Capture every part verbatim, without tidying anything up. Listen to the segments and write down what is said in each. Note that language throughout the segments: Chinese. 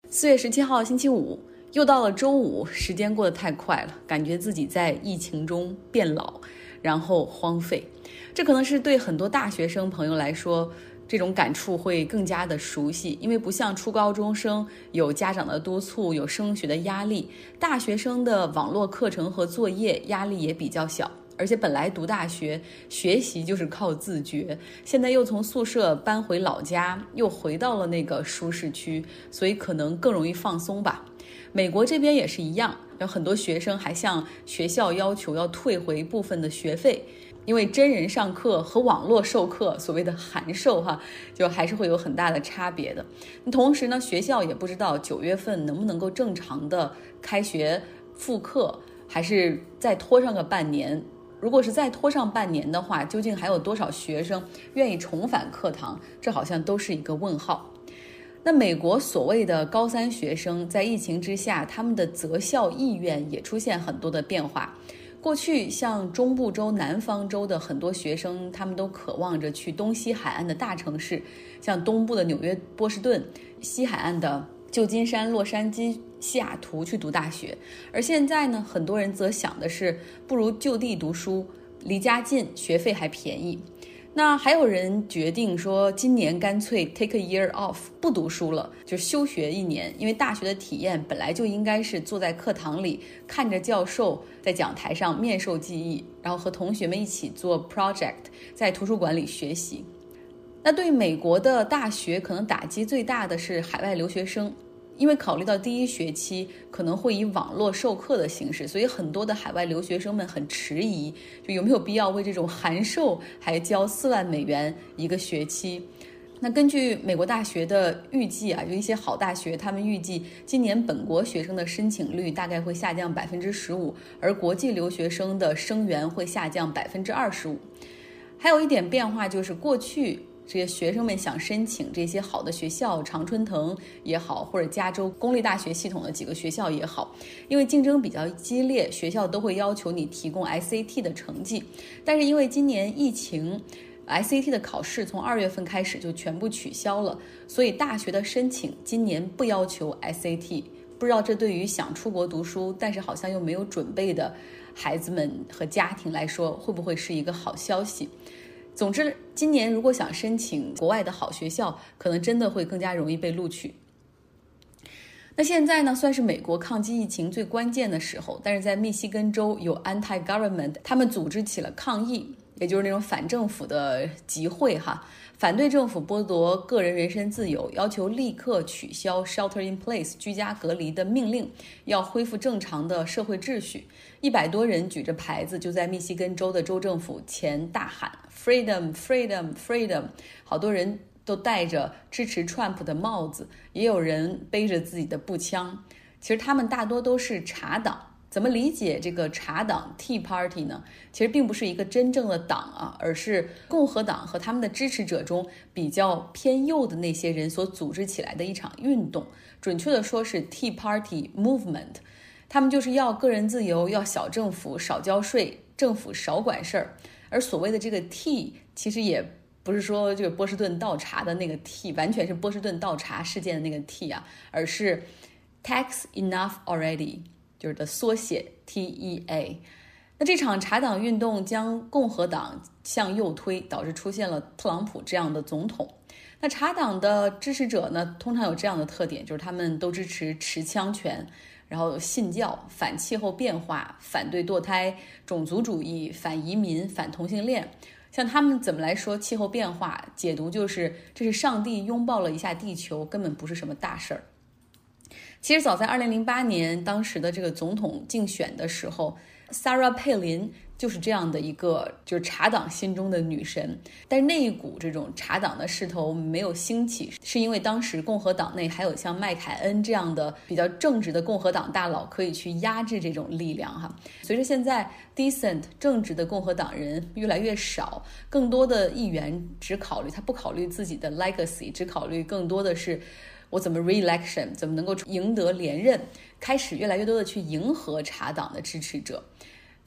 四月十七号星期五，又到了周五，时间过得太快了，感觉自己在疫情中变老，然后荒废。这可能是对很多大学生朋友来说，这种感触会更加的熟悉，因为不像初高中生有家长的督促，有升学的压力，大学生的网络课程和作业压力也比较小。而且本来读大学学习就是靠自觉，现在又从宿舍搬回老家，又回到了那个舒适区，所以可能更容易放松吧。美国这边也是一样，有很多学生还向学校要求要退回部分的学费，因为真人上课和网络授课所谓的函授哈，就还是会有很大的差别的。同时呢，学校也不知道九月份能不能够正常的开学复课，还是再拖上个半年。如果是再拖上半年的话，究竟还有多少学生愿意重返课堂？这好像都是一个问号。那美国所谓的高三学生在疫情之下，他们的择校意愿也出现很多的变化。过去像中部州、南方州的很多学生，他们都渴望着去东西海岸的大城市，像东部的纽约、波士顿，西海岸的旧金山、洛杉矶、西雅图去读大学。而现在呢，很多人则想的是不如就地读书，离家近，学费还便宜。那还有人决定说今年干脆 take a year off， 不读书了，就休学一年，因为大学的体验本来就应该是坐在课堂里看着教授在讲台上面授记忆，然后和同学们一起做 project， 在图书馆里学习。那对美国的大学可能打击最大的是海外留学生，因为考虑到第一学期可能会以网络授课的形式，所以很多的海外留学生们很迟疑，就有没有必要为这种函授还交四万美元一个学期。那根据美国大学的预计啊，有一些好大学他们预计今年本国学生的申请率大概会下降百分之十五，而国际留学生的生源会下降百分之二十五。还有一点变化就是过去这些学生们想申请这些好的学校，常春藤也好，或者加州公立大学系统的几个学校也好，因为竞争比较激烈，学校都会要求你提供 S A T 的成绩。但是因为今年疫情， S A T 的考试从二月份开始就全部取消了，所以大学的申请今年不要求 S A T。 不知道这对于想出国读书但是好像又没有准备的孩子们和家庭来说，会不会是一个好消息？总之，今年如果想申请国外的好学校，可能真的会更加容易被录取。那现在呢，算是美国抗击疫情最关键的时候，但是在密西根州有 anti-government， 他们组织起了抗议，也就是那种反政府的集会哈，反对政府剥夺个人人身自由，要求立刻取消 shelter in place 居家隔离的命令，要恢复正常的社会秩序。一百多人举着牌子就在密西根州的州政府前大喊 freedom freedom freedom， 好多人都戴着支持 Trump 的帽子，也有人背着自己的步枪。其实他们大多都是茶党。怎么理解这个茶党 Tea Party 呢？其实并不是一个真正的党啊，而是共和党和他们的支持者中比较偏右的那些人所组织起来的一场运动。准确的说是 Tea Party Movement。他们就是要个人自由，要小政府，少交税，政府少管事儿。而所谓的这个 Tea， 其实也不是说这个波士顿倒茶的那个 Tea， 完全是波士顿倒茶事件的那个 Tea 啊，而是 Tax Enough Already， 就是的缩写 T E A。 那这场茶党运动将共和党向右推，导致出现了特朗普这样的总统。那茶党的支持者呢，通常有这样的特点，就是他们都支持持枪权，然后信教，反气候变化，反对堕胎，种族主义，反移民，反同性恋。像他们怎么来说气候变化，解读就是这是上帝拥抱了一下地球，根本不是什么大事儿。其实早在二零零八年当时的这个总统竞选的时候，萨拉佩林就是这样的一个就是茶党心中的女神。但是那一股这种茶党的势头没有兴起，是因为当时共和党内还有像麦凯恩这样的比较正直的共和党大佬可以去压制这种力量哈。随着现在 decent 正直的共和党人越来越少，更多的议员只考虑他不考虑自己的 legacy， 只考虑更多的是我怎么 re-election， 怎么能够赢得连任，开始越来越多的去迎合茶党的支持者。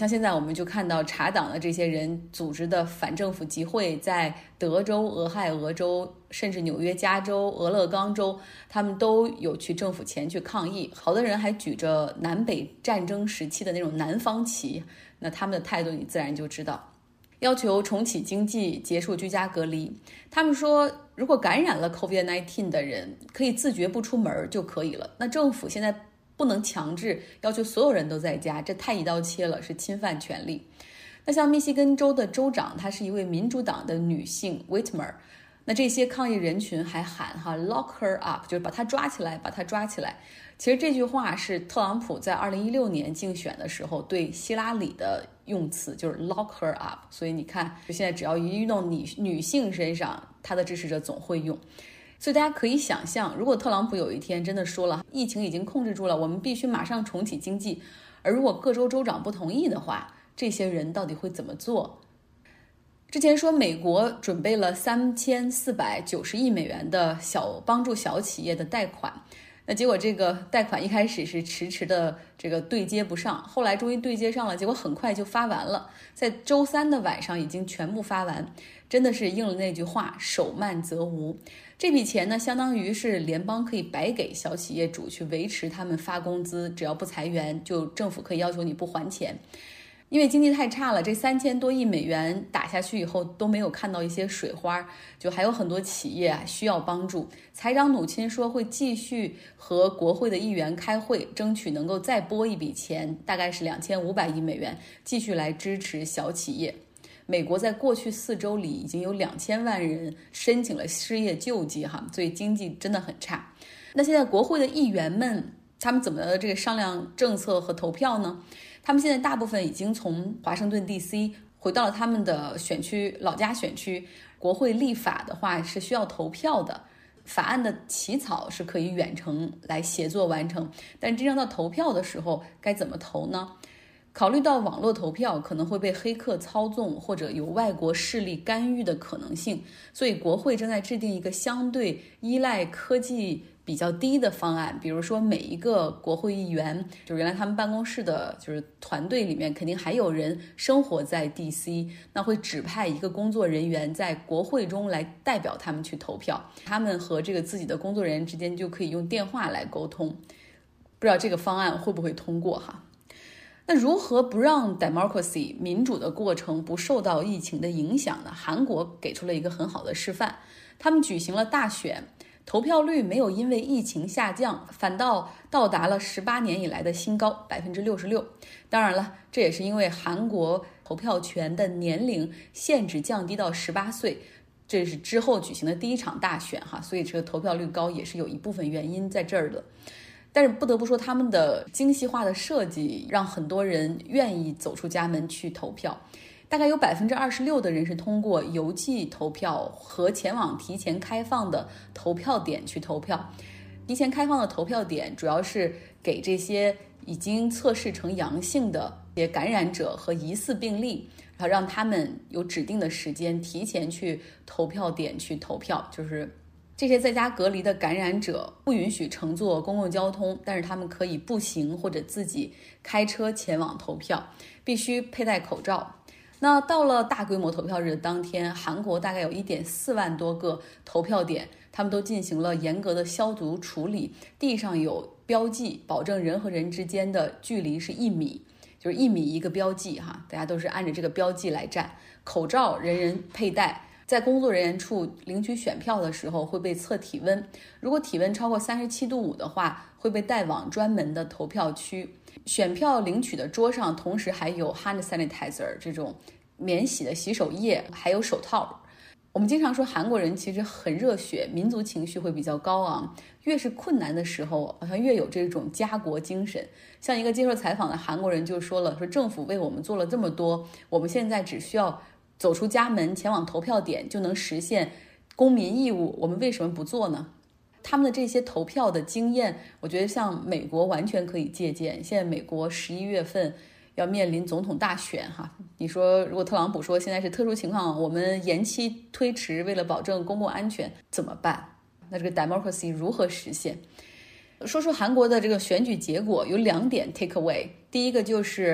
像现在我们就看到查党的这些人组织的反政府集会，在德州、俄亥俄州，甚至纽约、加州、俄勒冈州，他们都有去政府前去抗议。好多人还举着南北战争时期的那种南方旗，那他们的态度你自然就知道。要求重启经济，结束居家隔离。他们说，如果感染了 COVID 十九 的人可以自觉不出门就可以了。那政府现在不能强制要求所有人都在家，这太一刀切了，是侵犯权利。那像密西根州的州长，她是一位民主党的女性 Whitmer。那这些抗议人群还喊哈 lock her up， 就是把她抓起来，把她抓起来。其实这句话是特朗普在二零一六年竞选的时候对希拉里的用词，就是 lock her up。所以你看，就现在只要一遇到女女性身上，他的支持者总会用。所以大家可以想象，如果特朗普有一天真的说了疫情已经控制住了，我们必须马上重启经济，而如果各州州长不同意的话，这些人到底会怎么做？之前说美国准备了三千四百九十亿美元的小帮助小企业的贷款，那结果这个贷款一开始是迟迟的这个对接不上，后来终于对接上了，结果很快就发完了，在周三的晚上已经全部发完，真的是应了那句话，手慢则无。这笔钱呢，相当于是联邦可以白给小企业主去维持他们发工资，只要不裁员，就政府可以要求你不还钱。因为经济太差了，这三千多亿美元打下去以后都没有看到一些水花，就还有很多企业啊需要帮助。财长努钦说会继续和国会的议员开会，争取能够再拨一笔钱，大概是两千五百亿美元，继续来支持小企业。美国在过去四周里已经有两千万人申请了失业救济哈，所以经济真的很差。那现在国会的议员们他们怎么这个商量政策和投票呢？他们现在大部分已经从华盛顿 D C 回到了他们的选区老家选区。国会立法的话是需要投票的，法案的起草是可以远程来协作完成，但真正到投票的时候该怎么投呢？考虑到网络投票可能会被黑客操纵或者有外国势力干预的可能性，所以国会正在制定一个相对依赖科技比较低的方案。比如说每一个国会议员，就原来他们办公室的就是团队里面肯定还有人生活在 D C， 那会指派一个工作人员在国会中来代表他们去投票，他们和这个自己的工作人员之间就可以用电话来沟通。不知道这个方案会不会通过哈？那如何不让 democracy 民主的过程不受到疫情的影响呢？韩国给出了一个很好的示范，他们举行了大选，投票率没有因为疫情下降，反倒到达了十八年以来的新高 百分之六十六。 当然了，这也是因为韩国投票权的年龄限制降低到十八岁，这是之后举行的第一场大选哈，所以这个投票率高也是有一部分原因在这儿的。但是不得不说，他们的精细化的设计让很多人愿意走出家门去投票。大概有 百分之二十六 的人是通过邮寄投票和前往提前开放的投票点去投票。提前开放的投票点主要是给这些已经测试成阳性的这些感染者和疑似病例，然后让他们有指定的时间提前去投票点去投票。就是这些在家隔离的感染者不允许乘坐公共交通，但是他们可以步行或者自己开车前往投票，必须佩戴口罩。那到了大规模投票日的当天，韩国大概有 一点四万多个投票点，他们都进行了严格的消毒处理，地上有标记，保证人和人之间的距离是一米，就是一米一个标记哈，大家都是按照这个标记来站。口罩人人佩戴，在工作人员处领取选票的时候会被测体温，如果体温超过三十七度五的话，会被带往专门的投票区。选票领取的桌上同时还有 hand sanitizer 这种免洗的洗手液，还有手套。我们经常说韩国人其实很热血，民族情绪会比较高昂，越是困难的时候好像越有这种家国精神。像一个接受采访的韩国人就说了，说政府为我们做了这么多，我们现在只需要走出家门前往投票点就能实现公民义务，我们为什么不做呢？他们的这些投票的经验，我觉得像美国完全可以借鉴。现在美国十一月份要面临总统大选哈，你说如果特朗普说现在是特殊情况，我们延期推迟，为了保证公共安全怎么办？那这个 democracy 如何实现？说说韩国的这个选举结果，有两点 take away。第一个就是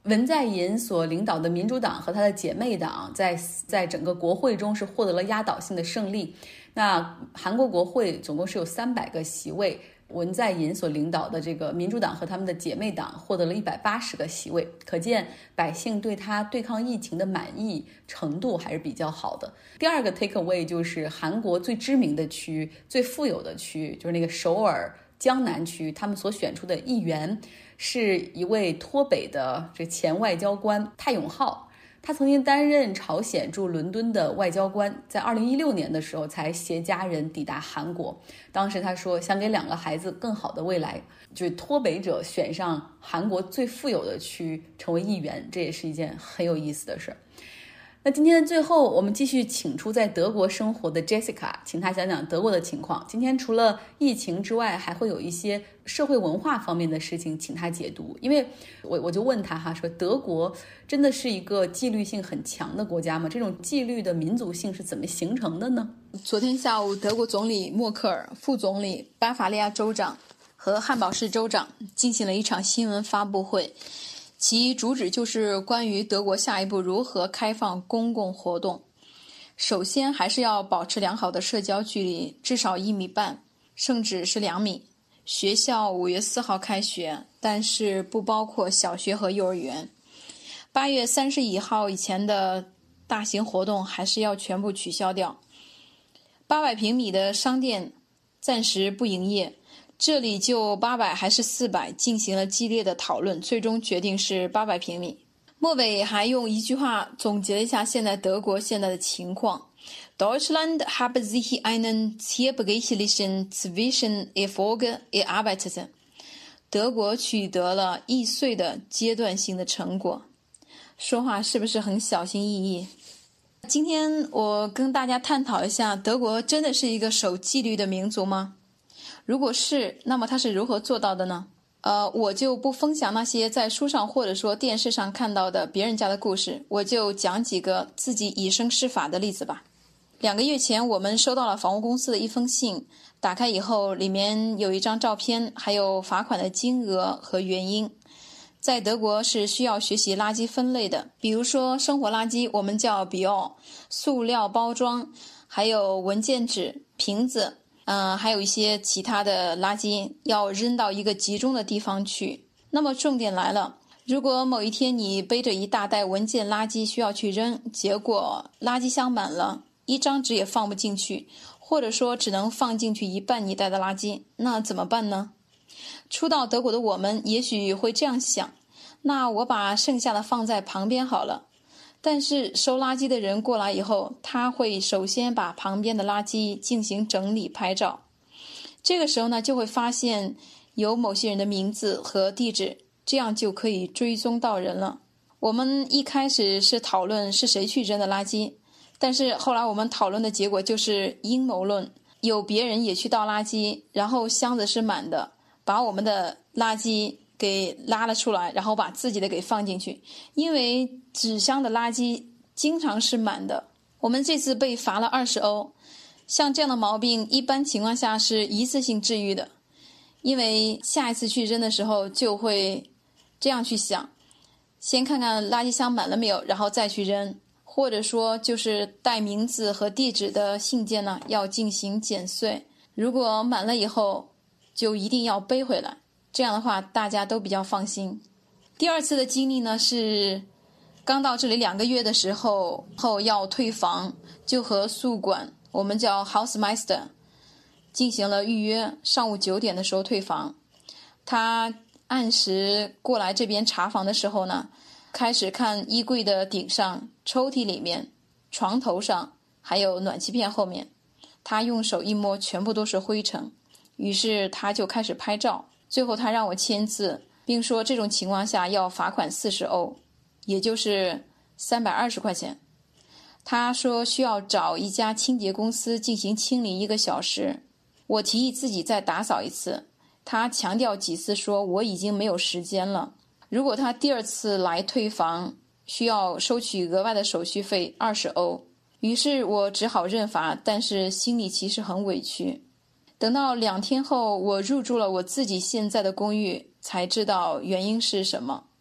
文在寅所领导的民主党和他的姐妹党在在整个国会中是获得了压倒性的胜利。那韩国国会总共是有三百个席位，文在寅所领导的这个民主党和他们的姐妹党获得了一百八十个席位，可见百姓对他对抗疫情的满意程度还是比较好的。第二个 take away 就是韩国最知名的区、最富有的区，就是那个首尔江南区，他们所选出的议员是一位脱北的这前外交官泰永浩。他曾经担任朝鲜驻伦敦的外交官，在二零一六年的时候才携家人抵达韩国。当时他说想给两个孩子更好的未来，就是脱北者选上韩国最富有的区成为议员，这也是一件很有意思的事儿。那今天的最后，我们继续请出在德国生活的 Jessica， 请她讲讲德国的情况。今天除了疫情之外，还会有一些社会文化方面的事情，请她解读。因为我我就问她哈，说德国真的是一个纪律性很强的国家吗？这种纪律的民族性是怎么形成的呢？ 昨天下午，德国总理默克尔、副总理、巴伐利亚州长和汉堡市州长进行了一场新闻发布会。其主旨就是关于德国下一步如何开放公共活动。首先还是要保持良好的社交距离，至少一米半，甚至是两米。学校五月四号开学，但是不包括小学和幼儿园。八月三十一号以前的大型活动还是要全部取消掉。八百平米的商店暂时不营业。这里就八百还是四百进行了激烈的讨论，最终决定是八百平米。末尾还用一句话总结了一下现在德国现在的情况 Deutschland habe sich einen zerbrechlichen Zwischenerfolg erarbeitet。 德国取得了易碎的阶段性的成果。说话是不是很小心翼翼？今天我跟大家探讨一下，德国真的是一个守纪律的民族吗？如果是，那么他是如何做到的呢？呃，我就不分享那些在书上或者说电视上看到的别人家的故事，我就讲几个自己以身试法的例子吧。两个月前，我们收到了房屋公司的一封信，打开以后，里面有一张照片，还有罚款的金额和原因。在德国是需要学习垃圾分类的，比如说生活垃圾，我们叫 bio， 塑料包装，还有文件纸、瓶子。嗯，还有一些其他的垃圾要扔到一个集中的地方去。那么重点来了，如果某一天你背着一大袋文件垃圾需要去扔，结果垃圾箱满了，一张纸也放不进去，或者说只能放进去一半你带的垃圾，那怎么办呢？初到德国的我们也许会这样想，那我把剩下的放在旁边好了。但是收垃圾的人过来以后，他会首先把旁边的垃圾进行整理拍照。这个时候呢，就会发现有某些人的名字和地址，这样就可以追踪到人了。我们一开始是讨论是谁去扔的垃圾，但是后来我们讨论的结果就是阴谋论，有别人也去倒垃圾，然后箱子是满的，把我们的垃圾给拉了出来，然后把自己的给放进去。因为纸箱的垃圾经常是满的，我们这次被罚了二十欧。像这样的毛病一般情况下是一次性治愈的，因为下一次去扔的时候就会这样去想，先看看垃圾箱满了没有，然后再去扔。或者说就是带名字和地址的信件呢，要进行剪碎，如果满了以后就一定要背回来，这样的话大家都比较放心。第二次的经历呢，是刚到这里两个月的时候后要退房，就和宿管，我们叫 Hausmeister 进行了预约，上午九点的时候退房。他按时过来这边查房的时候呢，开始看衣柜的顶上、抽屉里面、床头上还有暖气片后面，他用手一摸，全部都是灰尘，于是他就开始拍照。最后他让我签字，并说这种情况下要罚款四十欧，也就是三百二十块钱。他说需要找一家清洁公司进行清理一个小时，我提议自己再打扫一次，他强调几次说我已经没有时间了。如果他第二次来退房，需要收取额外的手续费二十欧。于是我只好认罚，但是心里其实很委屈。等到两天后，我入住了我自己现在的公寓，才知道原因是什么。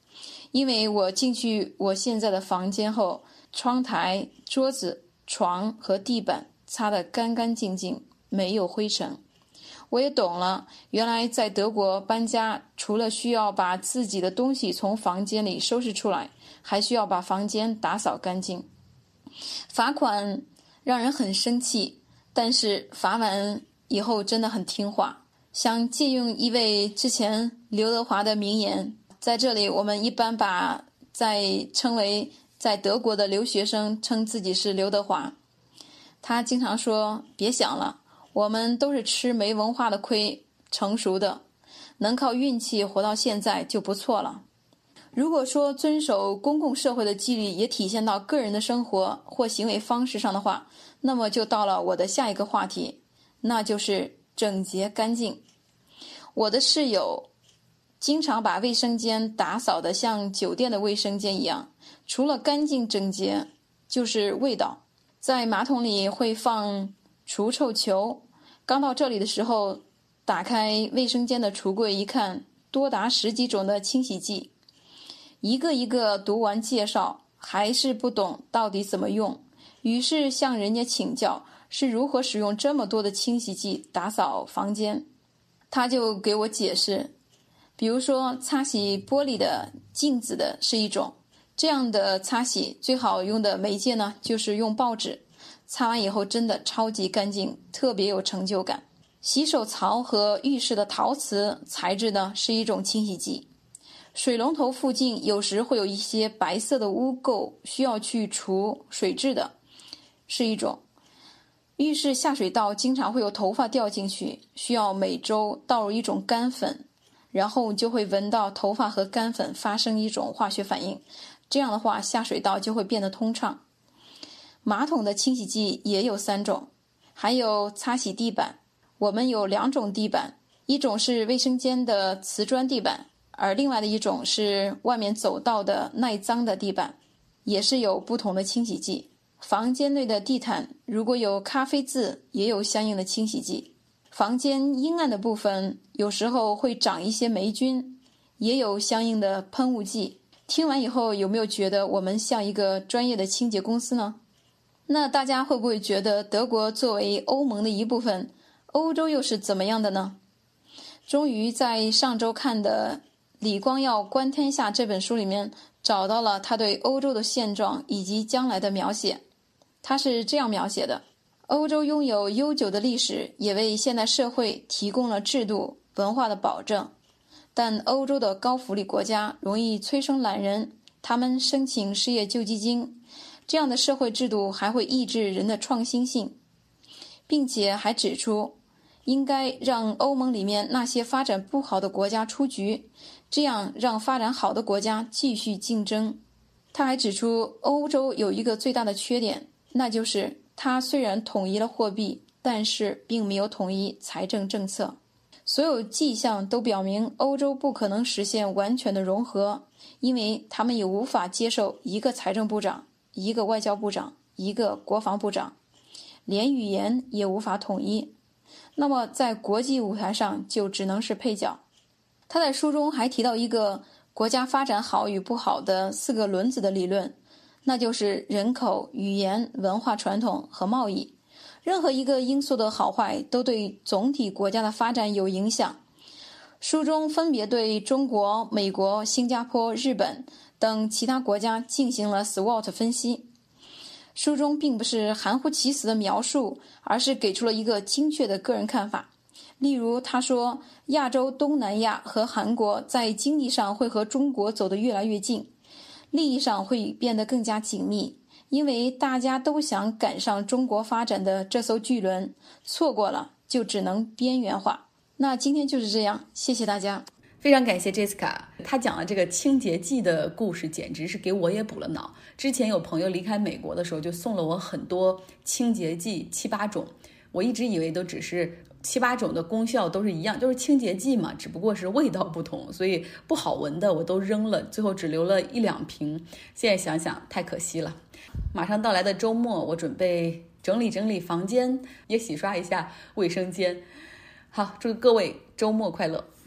因为我进去我现在的房间后，窗台、桌子、床和地板擦得干干净净，没有灰尘。我也懂了，原来在德国搬家，除了需要把自己的东西从房间里收拾出来，还需要把房间打扫干净。罚款让人很生气，但是罚完以后真的很听话。想借用一位之前刘德华的名言，在这里我们一般把在称为在德国的留学生称自己是刘德华。他经常说，别想了，我们都是吃没文化的亏成熟的，能靠运气活到现在就不错了。如果说遵守公共社会的纪律也体现到个人的生活或行为方式上的话，那么就到了我的下一个话题，那就是整洁干净。我的室友经常把卫生间打扫得像酒店的卫生间一样，除了干净整洁就是味道。在马桶里会放除臭球，刚到这里的时候，打开卫生间的橱柜一看，多达十几种的清洗剂，一个一个读完介绍，还是不懂到底怎么用，于是向人家请教是如何使用这么多的清洗剂打扫房间。他就给我解释，比如说擦洗玻璃的、镜子的是一种，这样的擦洗最好用的媒介呢，就是用报纸，擦完以后真的超级干净，特别有成就感。洗手槽和浴室的陶瓷材质呢，是一种清洗剂。水龙头附近有时会有一些白色的污垢，需要去除水质的，是一种。浴室下水道经常会有头发掉进去，需要每周倒入一种干粉，然后就会闻到头发和干粉发生一种化学反应，这样的话下水道就会变得通畅。马桶的清洗剂也有三种，还有擦洗地板。我们有两种地板，一种是卫生间的瓷砖地板，而另外的一种是外面走道的耐脏的地板，也是有不同的清洗剂。房间内的地毯如果有咖啡渍，也有相应的清洗剂。房间阴暗的部分有时候会长一些霉菌，也有相应的喷雾剂。听完以后，有没有觉得我们像一个专业的清洁公司呢？那大家会不会觉得德国作为欧盟的一部分，欧洲又是怎么样的呢？终于在上周看的李光耀《观天下》这本书里面找到了他对欧洲的现状以及将来的描写。他是这样描写的：欧洲拥有悠久的历史，也为现代社会提供了制度文化的保证，但欧洲的高福利国家容易催生懒人，他们申请失业救济金，这样的社会制度还会抑制人的创新性，并且还指出应该让欧盟里面那些发展不好的国家出局，这样让发展好的国家继续竞争。他还指出欧洲有一个最大的缺点，那就是它虽然统一了货币，但是并没有统一财政政策。所有迹象都表明欧洲不可能实现完全的融合，因为他们也无法接受一个财政部长、一个外交部长、一个国防部长，连语言也无法统一。那么在国际舞台上就只能是配角。他在书中还提到一个国家发展好与不好的四个轮子的理论，那就是人口、语言、文化传统和贸易。任何一个因素的好坏都对总体国家的发展有影响。书中分别对中国、美国、新加坡、日本等其他国家进行了 S W O T 分析。书中并不是含糊其辞的描述，而是给出了一个精确的个人看法。例如他说，亚洲、东南亚和韩国在经济上会和中国走得越来越近，利益上会变得更加紧密，因为大家都想赶上中国发展的这艘巨轮，错过了就只能边缘化。那今天就是这样，谢谢大家。 非常感谢 Jessica， 她讲了这个清洁剂的故事，简直是给我也补了脑。之前有朋友离开美国的时候，就送了我很多清洁剂，七八种，我一直以为都只是七八种的功效都是一样，就是清洁剂嘛，只不过是味道不同，所以不好闻的我都扔了，最后只留了一两瓶。现在想想太可惜了。马上到来的周末，我准备整理整理房间，也洗刷一下卫生间。好，祝各位周末快乐。